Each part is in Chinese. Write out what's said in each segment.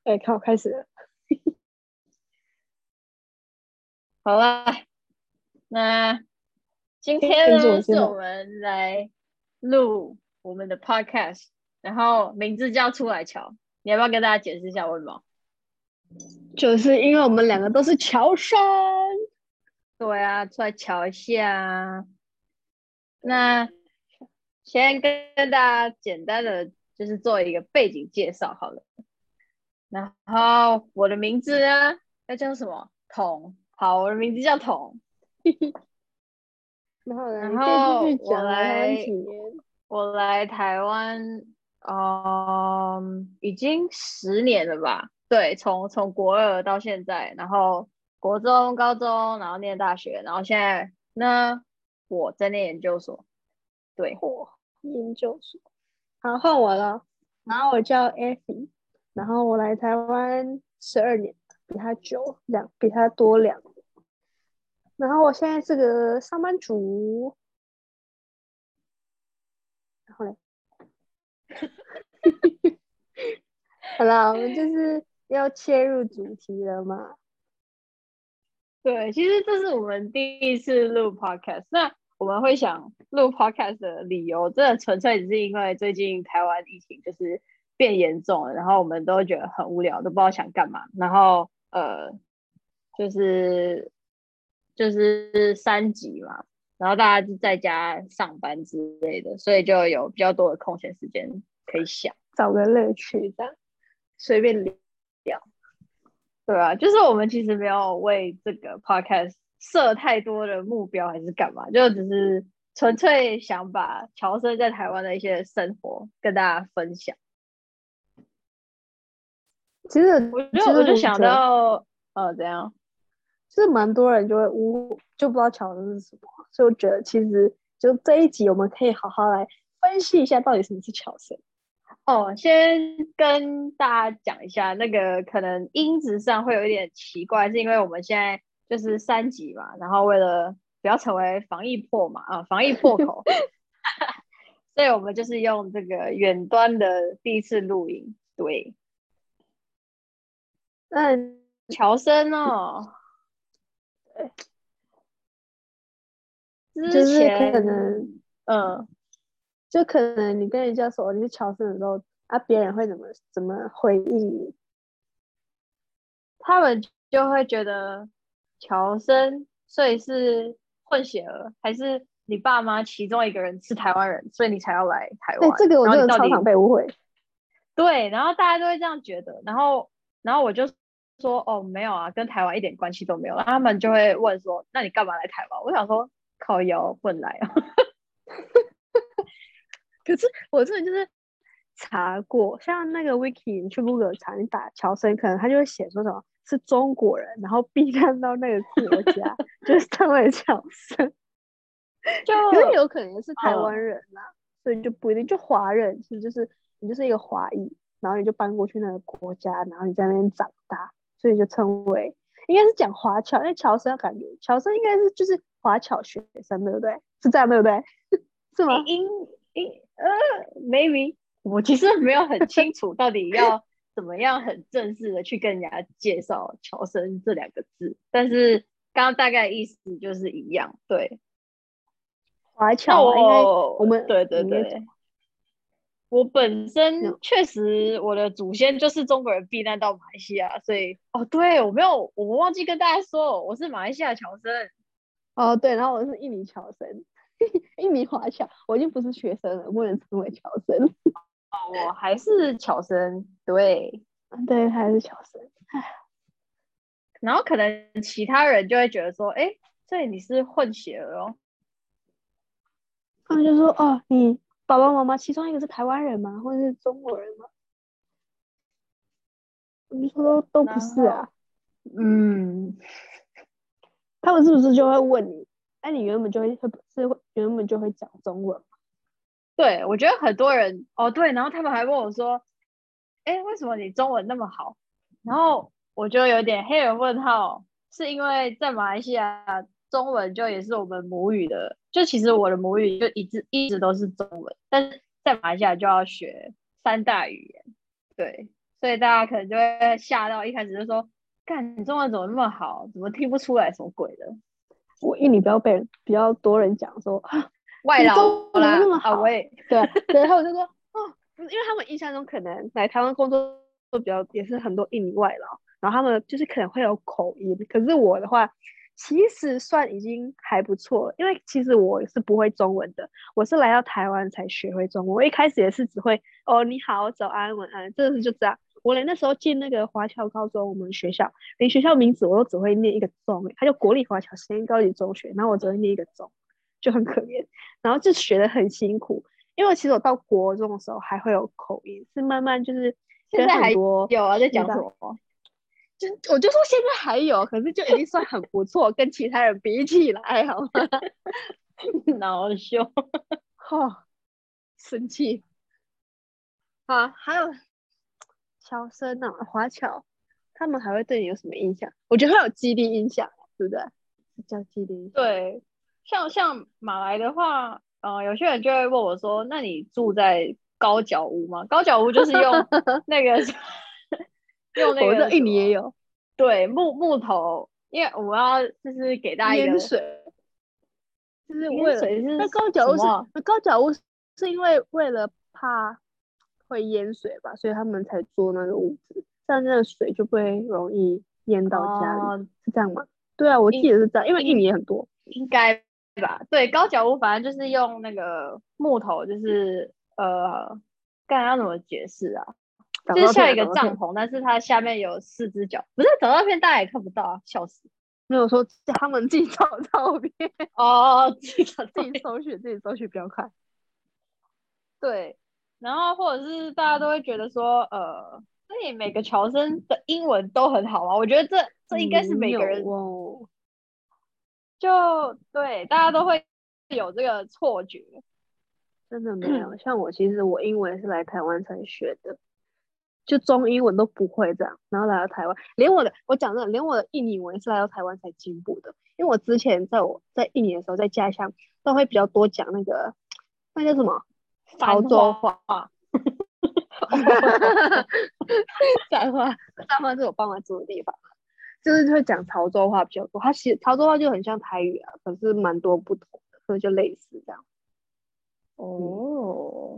哎，好，开始了。 好啦，那今可以自我天呢，是我介绍， 们来录我们的 podcast，然后名字叫出来瞧，你要不要跟大家解释一下为什么？ 就是因为我们两个都是侨生。 对啊，出来瞧一下啊。那对， 先跟大家简单的就是做一个背景介绍好了。然后我的名字呢，要叫什么？彤。好，我的名字叫彤。 然后呢， 然你可以继后续讲来台湾几年。 我来台湾，已经10年了吧？对，从国二到现在，然后国中、高中，然后念大学，然后现在呢，我在念研究所。对， 嚯，研究所。好，换我了。然后我叫 Effie，然后我来台湾12年，比他久比他多2年。然后我现在是个上班族。然后嘞，好了，我们就是要切入主题了嘛。 对，其实这是我们第一次录 podcast。那我们会想录 podcast 的理由，真的纯粹只是因为最近台湾疫情就是变严重了，然后我们都觉得很无聊，都不知道想干嘛。然后就是3级嘛，然后大家就在家上班之类的，所以就有比较多的空闲时间可以想。 找个乐趣这样，随便聊。 对啊，就是我们其实没有为这个 podcast 设太多的目标，还是干嘛，就只是纯粹想把乔生在台湾的一些生活跟大家分享。 其实， 我就其实我就想我觉得， 到，怎样？ 就是蛮多人就不知道乔生是什么，所以我觉得其实就这一集我们可以好好来分析一下到底什么是乔生。 哦，先跟大家讲一下，那个可能音质上会有一点奇怪，是因为我们现在就是3级嘛，然后为了不要成为防疫破嘛，防疫破口，所以我们就是用这个远端的第一次录音。对， 那乔生哦，之就是可前， 能， 嗯， 就可能你跟人家说你是乔生的时候，啊，别人会怎么回应你？ 他们就会觉得乔生，所以是混血儿，还是你爸妈其中一个人是台湾人，所以你才要来台哎、这湾？ 个我然真的超常后你到底被误会。 对，然后大家都会这样觉得，然后我就说哦没有啊，跟台湾一点关系都没有。然后他们就会问说，那你干嘛来台湾？我想说靠腰不能来啊。 可是我真的就是查过，像那个 Wiki，你去 Google 查，你打乔生，可能他就会写说什么是中国人，然后避难到那个国家，就是成为乔生。 就可是有可能也是台湾嗯， 人啦，所以就不一定。就华人其实就是你就是一个华裔，然后你就搬过去那个国家，然后你在那边长大，所以就称为应该是讲华侨，因为侨生感觉侨生应该是就是华侨学生，对不对？是这样对不对？是吗？ 应应maybe 我其实没有很清楚到底要怎么样很正式的去跟人家介绍乔生这2个字，但是刚刚大概意思就是一样。对，那华侨啊，应该我们对对你应该讲对，我本身那确实我的祖先就是中国人避难到马来西亚，所以哦，对我没有，我忘记跟大家说，我是马来西亚侨生。 哦对，然后我是印尼侨生，印尼华侨，我已经不是学生了，不能称为侨生。 我还是侨生，对。 对，还是侨生。 然后可能其他人就会觉得说，哎，所以你是混血儿哦。 他们就说：“哦，你爸爸妈妈其中一个是台湾人吗？或者是中国人吗？”我就说都不是啊。 然后，嗯， 他们是不是就会问你？哎，你原本就会讲中文吗？ 对，我觉得很多人，哦，对，然后他们还问我说，哎，为什么你中文那么好？然后我就有点黑人问号，是因为在马来西亚中文就也是我们母语的，就其实我的母语就一直都是中文，但是在马来西亚就要学3大语言，对， 所以大家可能就会吓到，一开始就说，干你中文怎么那么好，怎么听不出来什么鬼的？ 我印尼比较多人讲说啊， 外你中劳文怎么那啦， 么好？ 我也对，然后我就说哦，因为他们印象中可能来台湾工作比较也是很多印尼外劳，然后他们就是可能会有口音，可是我的话其实算已经还不错了，因为其实我是不会中文的，我是来到台湾才学会中文，我一开始也是只会哦你好早安晚安，真的是就这样。我连那时候进那个华侨高中，我们学校连学校名字我都只会念一个中，它叫国立华侨实验高级中学，然后我只会念一个中，就很可怜，然后就学得很辛苦。因为其实我到国中的时候还会有口音，是慢慢就是跟现在还很多有啊，在那个， 讲什么？ 就我就说现在还有，可是就已经算很不错，跟其他人比起来，好吗？ 恼羞。 哦，生气啊！还有侨生啊，华侨，他们还会对你有什么印象？我觉得会有激励印象，对不对？叫激励印象。 对，像马来的话，有些人就会问我说：“那你住在高脚屋吗？”高脚屋就是用那个用那我这个什么， 印尼也有对，木头，因为我们要就是给大家一个淹水，就是为了淹水那是高脚屋是什么啊那高脚屋是因为为了怕会淹水吧，所以他们才做那个屋子，这样那个水就不会容易淹到家里， 哦， 是这样吗？对啊，我记应得是这样，因为印尼应也很多。 应该吧？对，高脚屋反正就是用那个木头，就是干要怎么解释啊？ 找照片啊， 就是像一个找照片， 帐篷，但是它下面有4只脚，不是找照片大家也看不到啊，笑死！ 没有说他们自己找照片， 哦，这个自己搜寻，自己搜寻比较快。 对，然后或者是大家都会觉得说，那你每个侨生的英文都很好啊，我觉得这应该是没有每个人哦， 就对，大家都会有这个错觉。 真的没有。像我，其实我英文是来台湾才学的，就中英文都不会这样，然后来到台湾，连我讲真的，连我的印尼文也是来到台湾才进步的。因为我之前在印尼的时候，在家乡都会比较多讲那叫什么潮繁州话， 花， 彰化是我爸妈住的地方，就是会讲潮州话比较多。它其实潮州话就很像台语啊，可是蛮多不同的，所以就类似这样。嗯， 哦，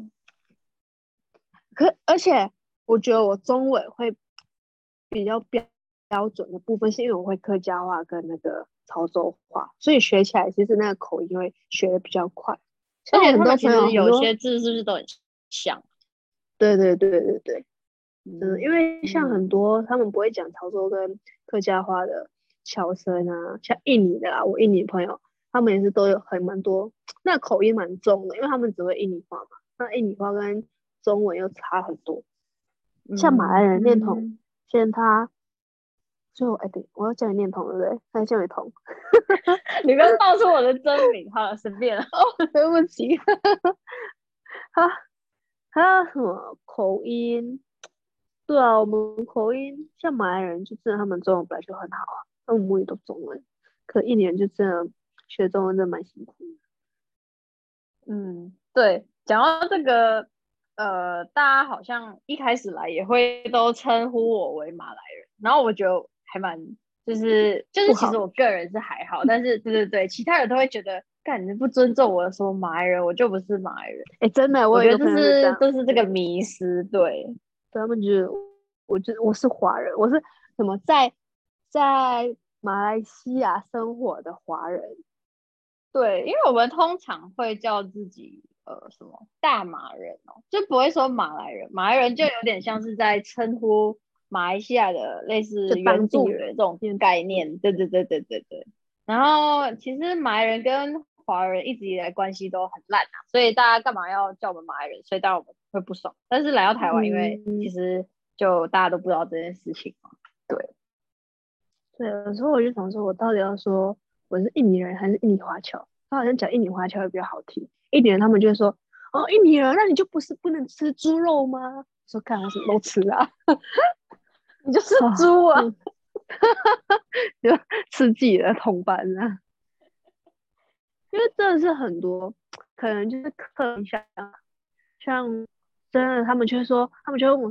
而且我觉得我中文会比较标准的部分，是因为我会客家话跟那个潮州话，所以学起来其实那个口音会学的比较快。 而像我很且他们其多朋友， 实有些字是不是都很像？ 对对对对对，因嗯为像很嗯多他们不会讲潮州跟客家话的侨生啊，像印尼的啦，我印尼朋友他们也是都有蛮多，那口音蛮重的，因为他们只会印尼话嘛，那印尼话跟中文又差很多。像马来人念童， 嗯， 现在他就哎对，我要叫你念童对不对？还是叫你童？ 你不要报出我的真名，好了，随便了。 哦，对不起，哈，还有什么口音？对啊，我们口音像马来人就真的他们中文本来就很好啊，他们母语都中文，可印尼人就真的学中文真的蛮辛苦的。 嗯，对，讲到这个，大家好像一开始来也会都称呼我为马来人，然后我觉得还蛮，就是，其实不好， 我个人是还好，但是对对对，其他人都会觉得，干你不尊重我说马来人，我就不是马来人。 哎，真的，我有一个我觉得这朋友是这样， 是这是这个对， 迷失，对对他们觉得我是华人，我是什么在马来西亚生活的华人， 对，因为我们通常会叫自己什么大马人哦，就不会说马来人，马来人就有点像是在称呼马来西亚的类就似原当地人。 住民的这种概念，对对对对对对。然后其实马来人跟华人一直以来关系都很烂啊，所以大家干嘛要叫我们马来人？所以当然我们会不爽。但是来到台湾，因为其嗯， 实就大家都不知道这件事情嘛，对。 对，有时候我就想说，我到底要说我是印尼人还是印尼华侨？他好像讲印尼华侨会比较好听。印尼人他们就会说，哦，印尼人，那你就不能吃猪肉吗？我说干，我什么都吃啊， 你就是啊， 猪啊！ 嗯，就吃自己的同伴啊。因为真的是很多，可能就是刻印象，像真的他们就会说，他们就会问我说，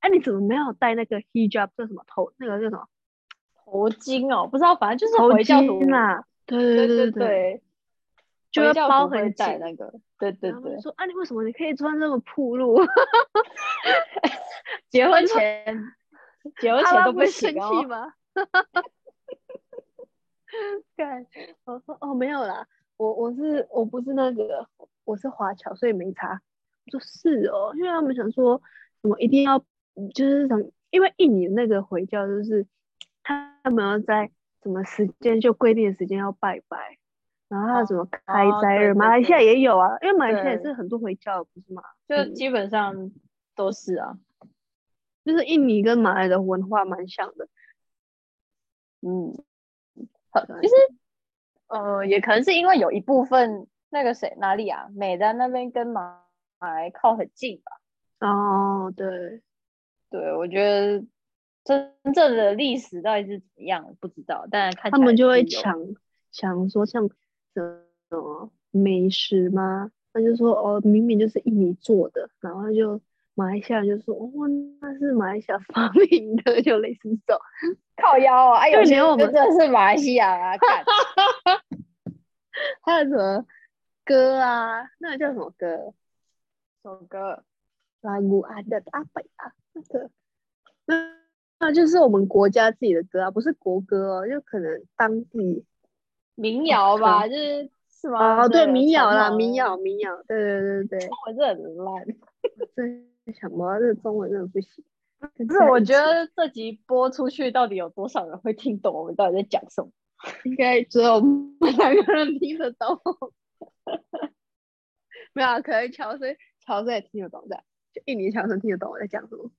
哎、你怎么没有戴那个 hijab 叫什么那个叫什么头巾哦，不知道，反正就是头回教巾徒， 啦？对对对对对对， 对， 就会包回教徒会很紧。 戴那个，对对对， 然后他们就说啊，你为什么你可以穿这么暴露？ 结婚我就说前结婚阿前都不妈不会生行哦。 气吗？对，我说哦没有啦，我不是那个，我是华侨，所以没差。我说是哦，因为他们想说什么一定要，就是想，因为印尼的那个回教就是他们要在什么时间就规定的时间要拜拜，然后还有什么开哦，对斋日，马来西亚对对也有啊，因为马来西亚也对， 是很多回教，不是吗？嗯， 就基本上都是啊， 就是印尼跟马来的文化蛮像的。 嗯，其实对， 也可能是因为有一部分那个谁哪里啊，美丹那边跟马来靠很近吧。 哦对， 对，我觉得真正的历史到底是怎么样，不知道，但看起来他们就会是有。 抢说像什么美食吗？他就说哦，明明就是印尼做的，然后就马来西亚人就说哦，那是马来西亚发明的，就类似这种。 靠腰啊， 因有些为连我们真的是马来西亚啊，干还有什么歌啊，那个叫什么歌？ 首歌 lagu adat apa ya？那就是我们国家自己的歌啊，不是国歌哦，就可能当地民哦，可能谣吧，是吗？ 哦，对， 对， 民谣啦， 传统民谣，民谣，对对对对对。 我真的很烂。 我真想不到这个中文真的不行，跟不是，我觉在一起得这集播出去，到底有多少人会听懂我们到底在讲什么？ 应该只有我们两个人听得懂。没有啊，可能乔生也听得懂的，就印尼乔生听得懂我在讲什么。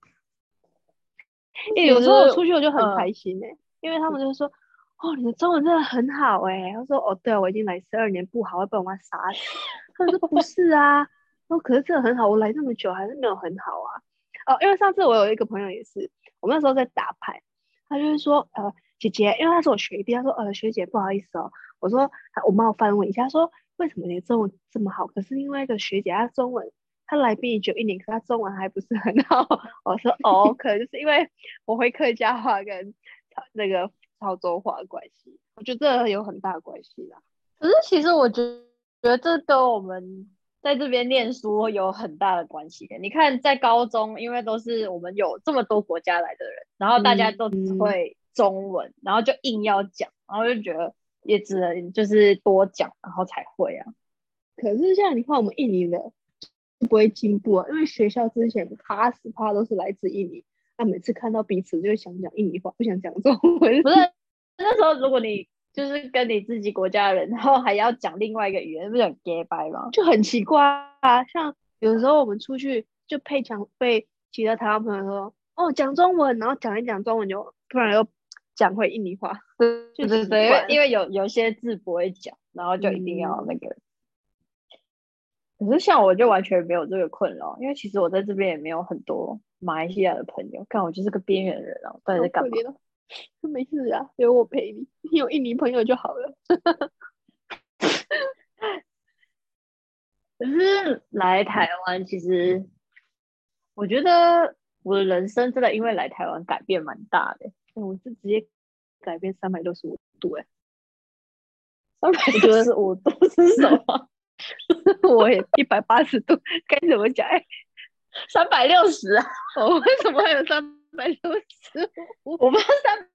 有时候我其实， 出去我就很嗯， 开心因为他们就说：“哦，你的中文真的很好他说：“哦，对啊，我已经来12年，不好会被我妈杀死。”他们说：“不是啊。”可是这个很好，我来这么久还是没有很好啊。”哦，因为上次我有一个朋友也是，我们那时候在打牌，他就是说：姐姐，因为他是我学弟，他说：学姐，不好意思哦。”我说：我冒犯问一下，他说为什么你的中文这么好？可是另外一个学姐她中文，她来比你久1年，可她中文还不是很好。我说哦，可能就是因为我会客家话跟那个潮州话的关系，我觉得这有很大关系啦。 可是其实我觉得这跟我们在这边念书有很大的关系。你看，在高中，因为都是我们有这么多国家来的人，然后大家都只嗯， 会中文，然后就硬要讲，然后就觉得也只能就是多讲，然后才会啊。 可是像你看我们印尼的不会进步啊，因为学校之前80%都是来自印尼，那每次看到彼此就会想讲印尼话，不想讲中文。 不是那时候，如果你就是跟你自己国家的人，然后还要讲另外一个语言，不是很 gay 掰吗？ 就很奇怪啊。像有时候我们出去就被其他台湾朋友说哦讲中文，然后讲一讲中文就突然又讲回印尼话，就对对对，因为习惯了。 因为有些字不会讲，然后就一定要嗯， 那个。可是像我就完全没有这个困扰，因为其实我在这边也没有很多马来西亚的朋友，看我就是个边缘人啊，我到底好在干嘛？ 可怜哦。没事啊，有我陪你，你有印尼朋友就好了。 可是来台湾，其实我觉得我的人生真的因为来台湾改变蛮大的。 我是直接改变365度三百我觉得六十五度是什么？ 我也180度，该怎么讲 360啊？ 我为什么会有365？ 我们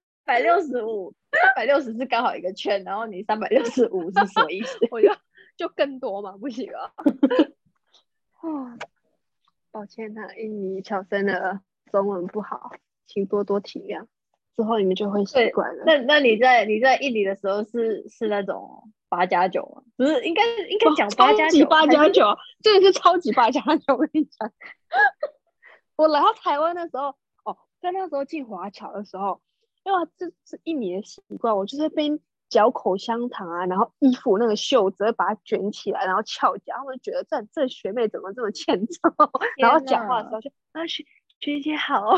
365，360是刚好一个圈，然后你365是什么意思？ 我就更多嘛，不行啊。哦，抱歉印尼侨生的中文不好，请多多体谅，之后你们就会习对， 惯了。 那你在印尼的时候是那种8+9吗？不是，应该讲超级八加九，还是 8+9，真的是超级8+9。我跟你讲，我来到台湾的时候，在那时候进华侨的时候，因为这是印尼的习惯，我就是边嚼口香糖啊，然后衣服那个袖子会把它卷起来，然后翘脚，他们觉得这学妹怎么这么欠揍，然后天讲话的时呐， 候就学姐好。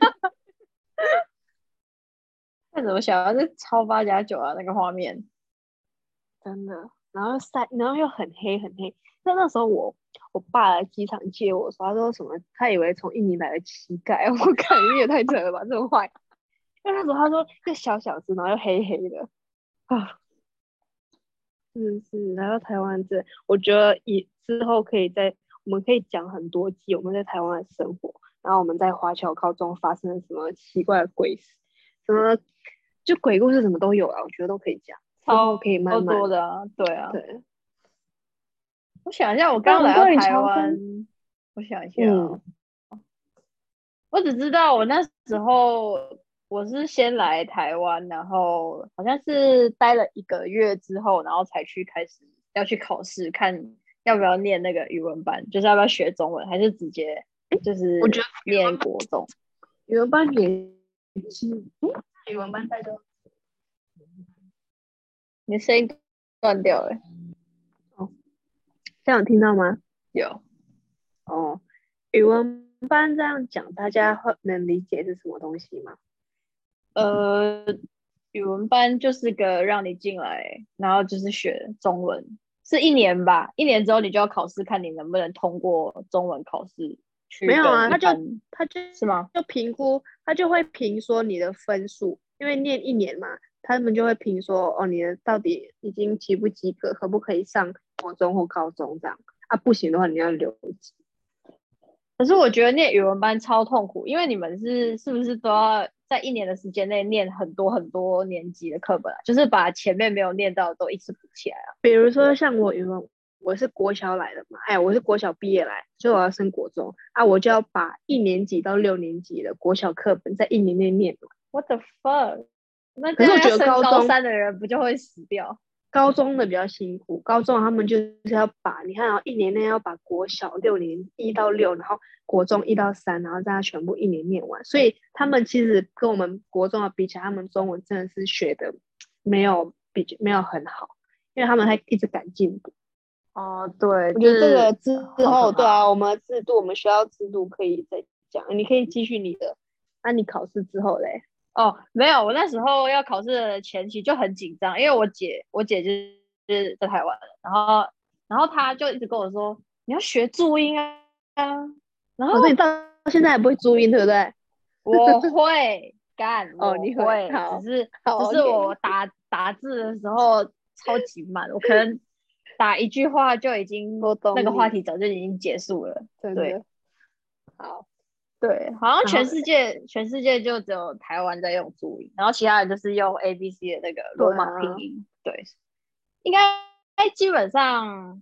那怎么想啊？这超8+9啊，那个画面。 真的，然后又很黑很黑。那时候我爸来机场接我的时候，他说什么？他以为从印尼来的乞丐，我感觉也太扯了吧，这么坏。因为他说又小小只，然后又黑黑的啊，真的是来到台湾这，我觉得之后我们可以讲很多集我们在台湾的生活，然后我们在华侨高中发生了什么奇怪的鬼事，什么就鬼故事什么都有啊，我觉得都可以讲，之后可以慢慢多的啊，对啊。 对。 我想一下，我刚来到但关于台湾， 乔生， 我想一下哦，我只知道我那时候我是先来台湾，然后好像是待了1个月之后，然后才开始要去考试，看要不要念那个语文班，就是要不要学中文，还是直接就是我觉得念国中。 语文班也是，语文班带的你的声音断掉了。 哦，这样有听到吗？ 有。 哦，语文班这样讲，大家会能理解是什么东西吗？ 呃，语文班就是个让你进来，然后就是学中文，是1年吧，1年之后你就要考试，看你能不能通过中文考试，去没有啊， 跟一般， 他就是吗？ 评估，他就会评说你的分数，因为念1年嘛，他们就会评说哦，你的到底已经及不及格，可不可以上国中或高中这样啊？不行的话，你要留级。 可是我觉得念语文班超痛苦，因为你们是不是都要在1年的时间内念很多很多年级的课本啊？就是把前面没有念到的都一次补起来啊？ 比如说像我语文，我是国小来的嘛，哎，我是国小毕业来，所以我要升国中啊，我就要把1年级到6年级的国小课本在1年内念完。 What the fuck？那这可是我觉得样要升高三的人不就会死掉？ 高中的比较辛苦，高中他们就是要把你看啊，1年内要把国小6年1到6，然后国中1到3，然后这样全部1年念完。所以他们其实跟我们国中的比起来，他们中文真的是学的没有很好，因为他们还一直赶进度。 哦，对， 我觉得这个就是之后，对啊，我们的制度，我们学校制度可以再讲，你可以继续你的。那你考试之后嘞？ 哦，没有，我那时候要考试的前期就很紧张，因为我姐就是在台湾的，然后她就一直跟我说你要学注音啊，然后所以你到现在还不会注音，对不对？ 我会干， 哦， 我你会， 会，只好， 是好我 ，OK。 打字的时候超级慢，我可能打一句话就已我经那个懂你， 话题早就已经结束了，对。 真的好。 对，好像然后全世界就只有台湾在用注音，然后其他人就是用 ABC 的那个罗马拼对啊， 音。对，应该基本上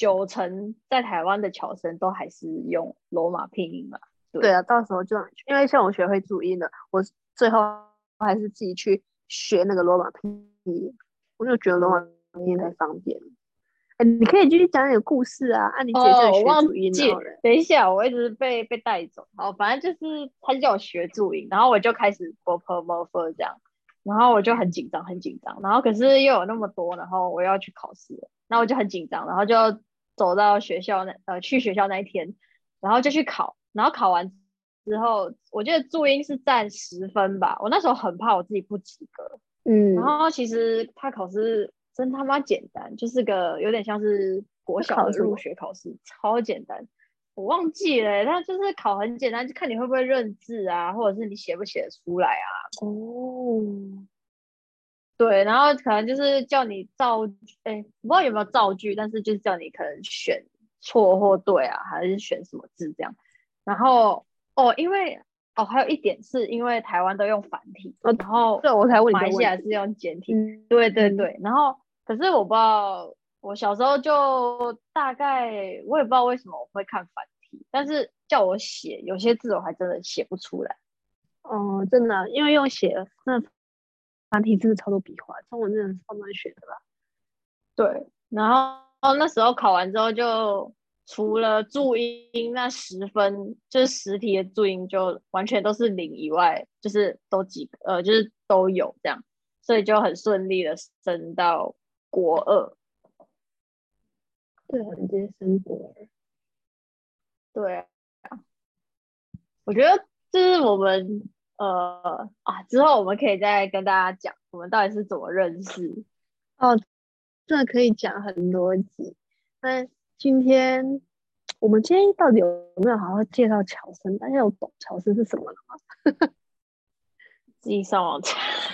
90%在台湾的侨生都还是用罗马拼音吧？对。 对啊，到时候就因为像我学会注音的，我最后还是自己去学那个罗马拼音，我就觉得罗马拼音太方便了。哎，你可以继续讲你的故事啊，你姐叫哦， 你我忘学注音，然后记， 嘞， 等一下，我一直被带走。好，反正就是他就叫我学注音，然后我就开始 b o p m o f 这样，然后我就很紧张，很紧张，然后可是又有那么多，然后我要去考试了，那我就很紧张，然后就走到学校去学校那一天，然后就去考，然后考完之后，我记得注音是占10分吧，我那时候很怕我自己不及格，然嗯， 后其实他考试真他妈简单，就是个有点像是国那小的入考什么？ 学考试，超简单。我忘记了欸，他就是考很简单，就看你会不会认字啊，或者是你写不写得出来啊。 哦， 对，然后可能就是叫你造，哎，不知道有没有造句，但是就是叫你可能选错或对啊，还是选什么字这样。然后因为还有一点是因为台湾都用繁体， 哦， 然后对，我才问你马这个问题。 来西亚是用简体。 嗯对对嗯， 对，然后可是我不知道，我小时候就大概我也不知道为什么我会看繁体，但是叫我写有些字我还真的写不出来。 哦，真的，因为用写的那繁体真的超多笔画，中文真的是超难学的啦。 对，然后那时候考完之后就除了注音那10分，就是10题的注音就完全都是零以外，就是都就是都有这样，所以就很顺利的升到国二。 对啊，你这些生活， 对啊，我觉得这是我们之后我们可以再跟大家讲我们到底是怎么认识。 哦，真的可以讲很多集。那今天我们今天到底有没有好好介绍乔森？大家有懂乔森是什么了吗？ 自己上网查。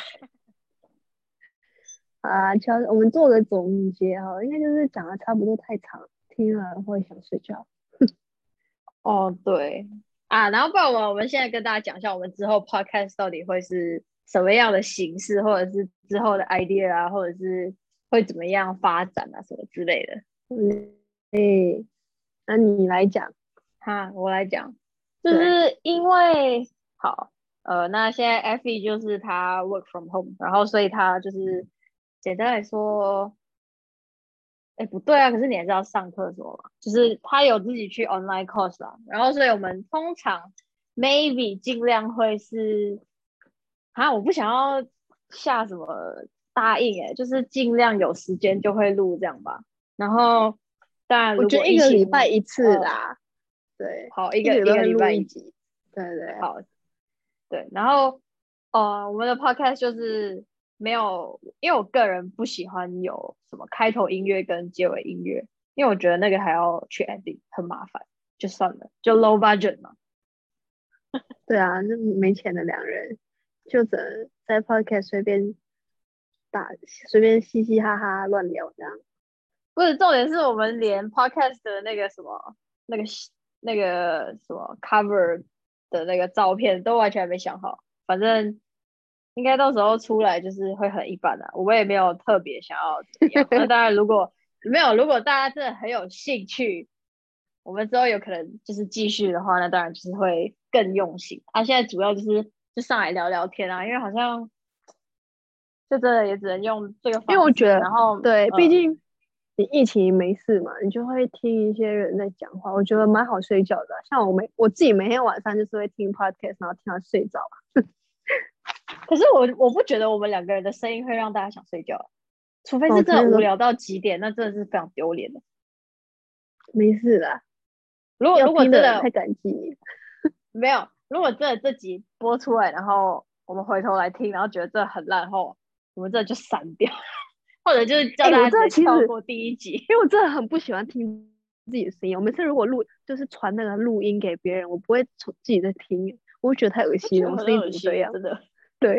啊，我们做个总结哈，应该就是讲的差不多太长，听了会想睡觉。 哦，对啊，然后不然我们现在跟大家讲一下，我们之后 podcast 到底会是什么样的形式，或者是之后的 idea 啊，或者是会怎么样发展啊，什么之类的。 嗯，诶，那你来讲。 哈，我来讲，就对， 是因为好，那现在 Effie 就是他 work from home，然后所以他就是简单来说，哎，不对啊，可是你还是要上课什么嘛？就是他有自己去 online course 啦，然后所以我们通常 maybe 尽量会是，我不想要下什么答应，就是尽量有时间就会录这样吧。然后当然如果我觉得一个礼拜疫情， 一次啦。对， 好，一一个礼拜会个一个礼录一集。 拜一集。 对对。 好，对，然后我们的 podcast 就是没有，因为我个人不喜欢有什么开头音乐跟结尾音乐，因为我觉得那个还要去 edit 很麻烦，就算了，就 low budget 嘛。 对啊，那没钱的两人就只能在 podcast 随便嘻嘻哈哈乱聊这样。 不是重点是我们连 podcast 的那个什么那个那个什么 cover 的那个照片都完全还没想好，反正应该到时候出来就是会很一般的，我也没有特别想要怎么样。那当然如果没有，如果大家真的很有兴趣，我们之后有可能就是继续的话，那当然就是会更用心。现在主要就是就上来聊聊天啊，因为好像就真的也只能用这个因为方式， 我觉得， 然后对，毕竟你疫情没事嘛，你就会听一些人在讲话，我觉得蛮好睡觉的啊。像我自己每天晚上就是会听 podcast，然后听到睡着。 可是我不觉得我们两个人的声音会让大家想睡觉，除非那是真的我昨天说无聊到极点，那真的是非常丢脸的。 没事啦，要如果听的人太真的感激你。 没有，如果真的这集播出来，然后我们回头来听，然后觉得这很烂后，我们这就删掉，或者就是叫我大家直接真的其实， 跳过第一集。 因为我真的很不喜欢听自己的声音。我每次如果就是传那个录音给别人，我不会自己在听，我会觉得太恶心了。 我觉得很我声音恶心， 怎么这样？ 真的。 对。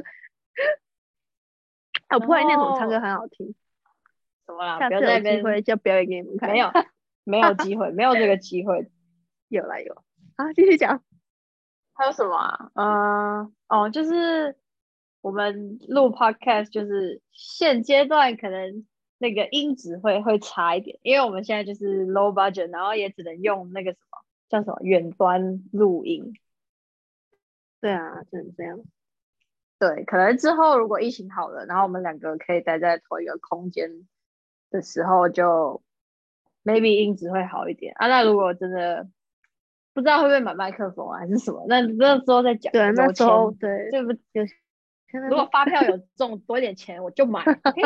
我然不然那种唱歌后很好听， 怎么啦？不要下次有在那边， 机会就表演给你们看。 没有没有机会，没有这个机会。 有啦有。好，继续讲。 还有什么啊？就是我们录 podcast，就是现阶段可能那个音质会差一点，因为我们现在就是 low budget，然后也只能用那个什么叫什么远端录音。 对啊，只能这样。 对，可能之后如果疫情好了，然后我们两个可以待在同一个空间的时候，就 maybe 音质会好一点啊。那如果真的不知道会不会买麦克风啊，还是什么，那之后再讲。 对啊，那有时候钱， 对， 对不？ 有现在如果发票有中多一点钱，我就买。OK，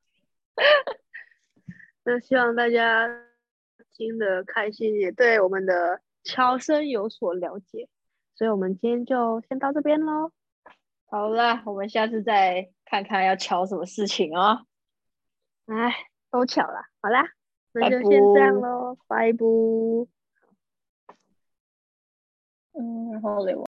那希望大家听得开心，也对我们的乔生有所了解。所以我们今天就先到这边喽。 好啦，我们下次再看看要瞧什么事情哦。 哎，都巧了。好啦，那拜就先这样拜。 喽，拜拜。 嗯，然后嘞。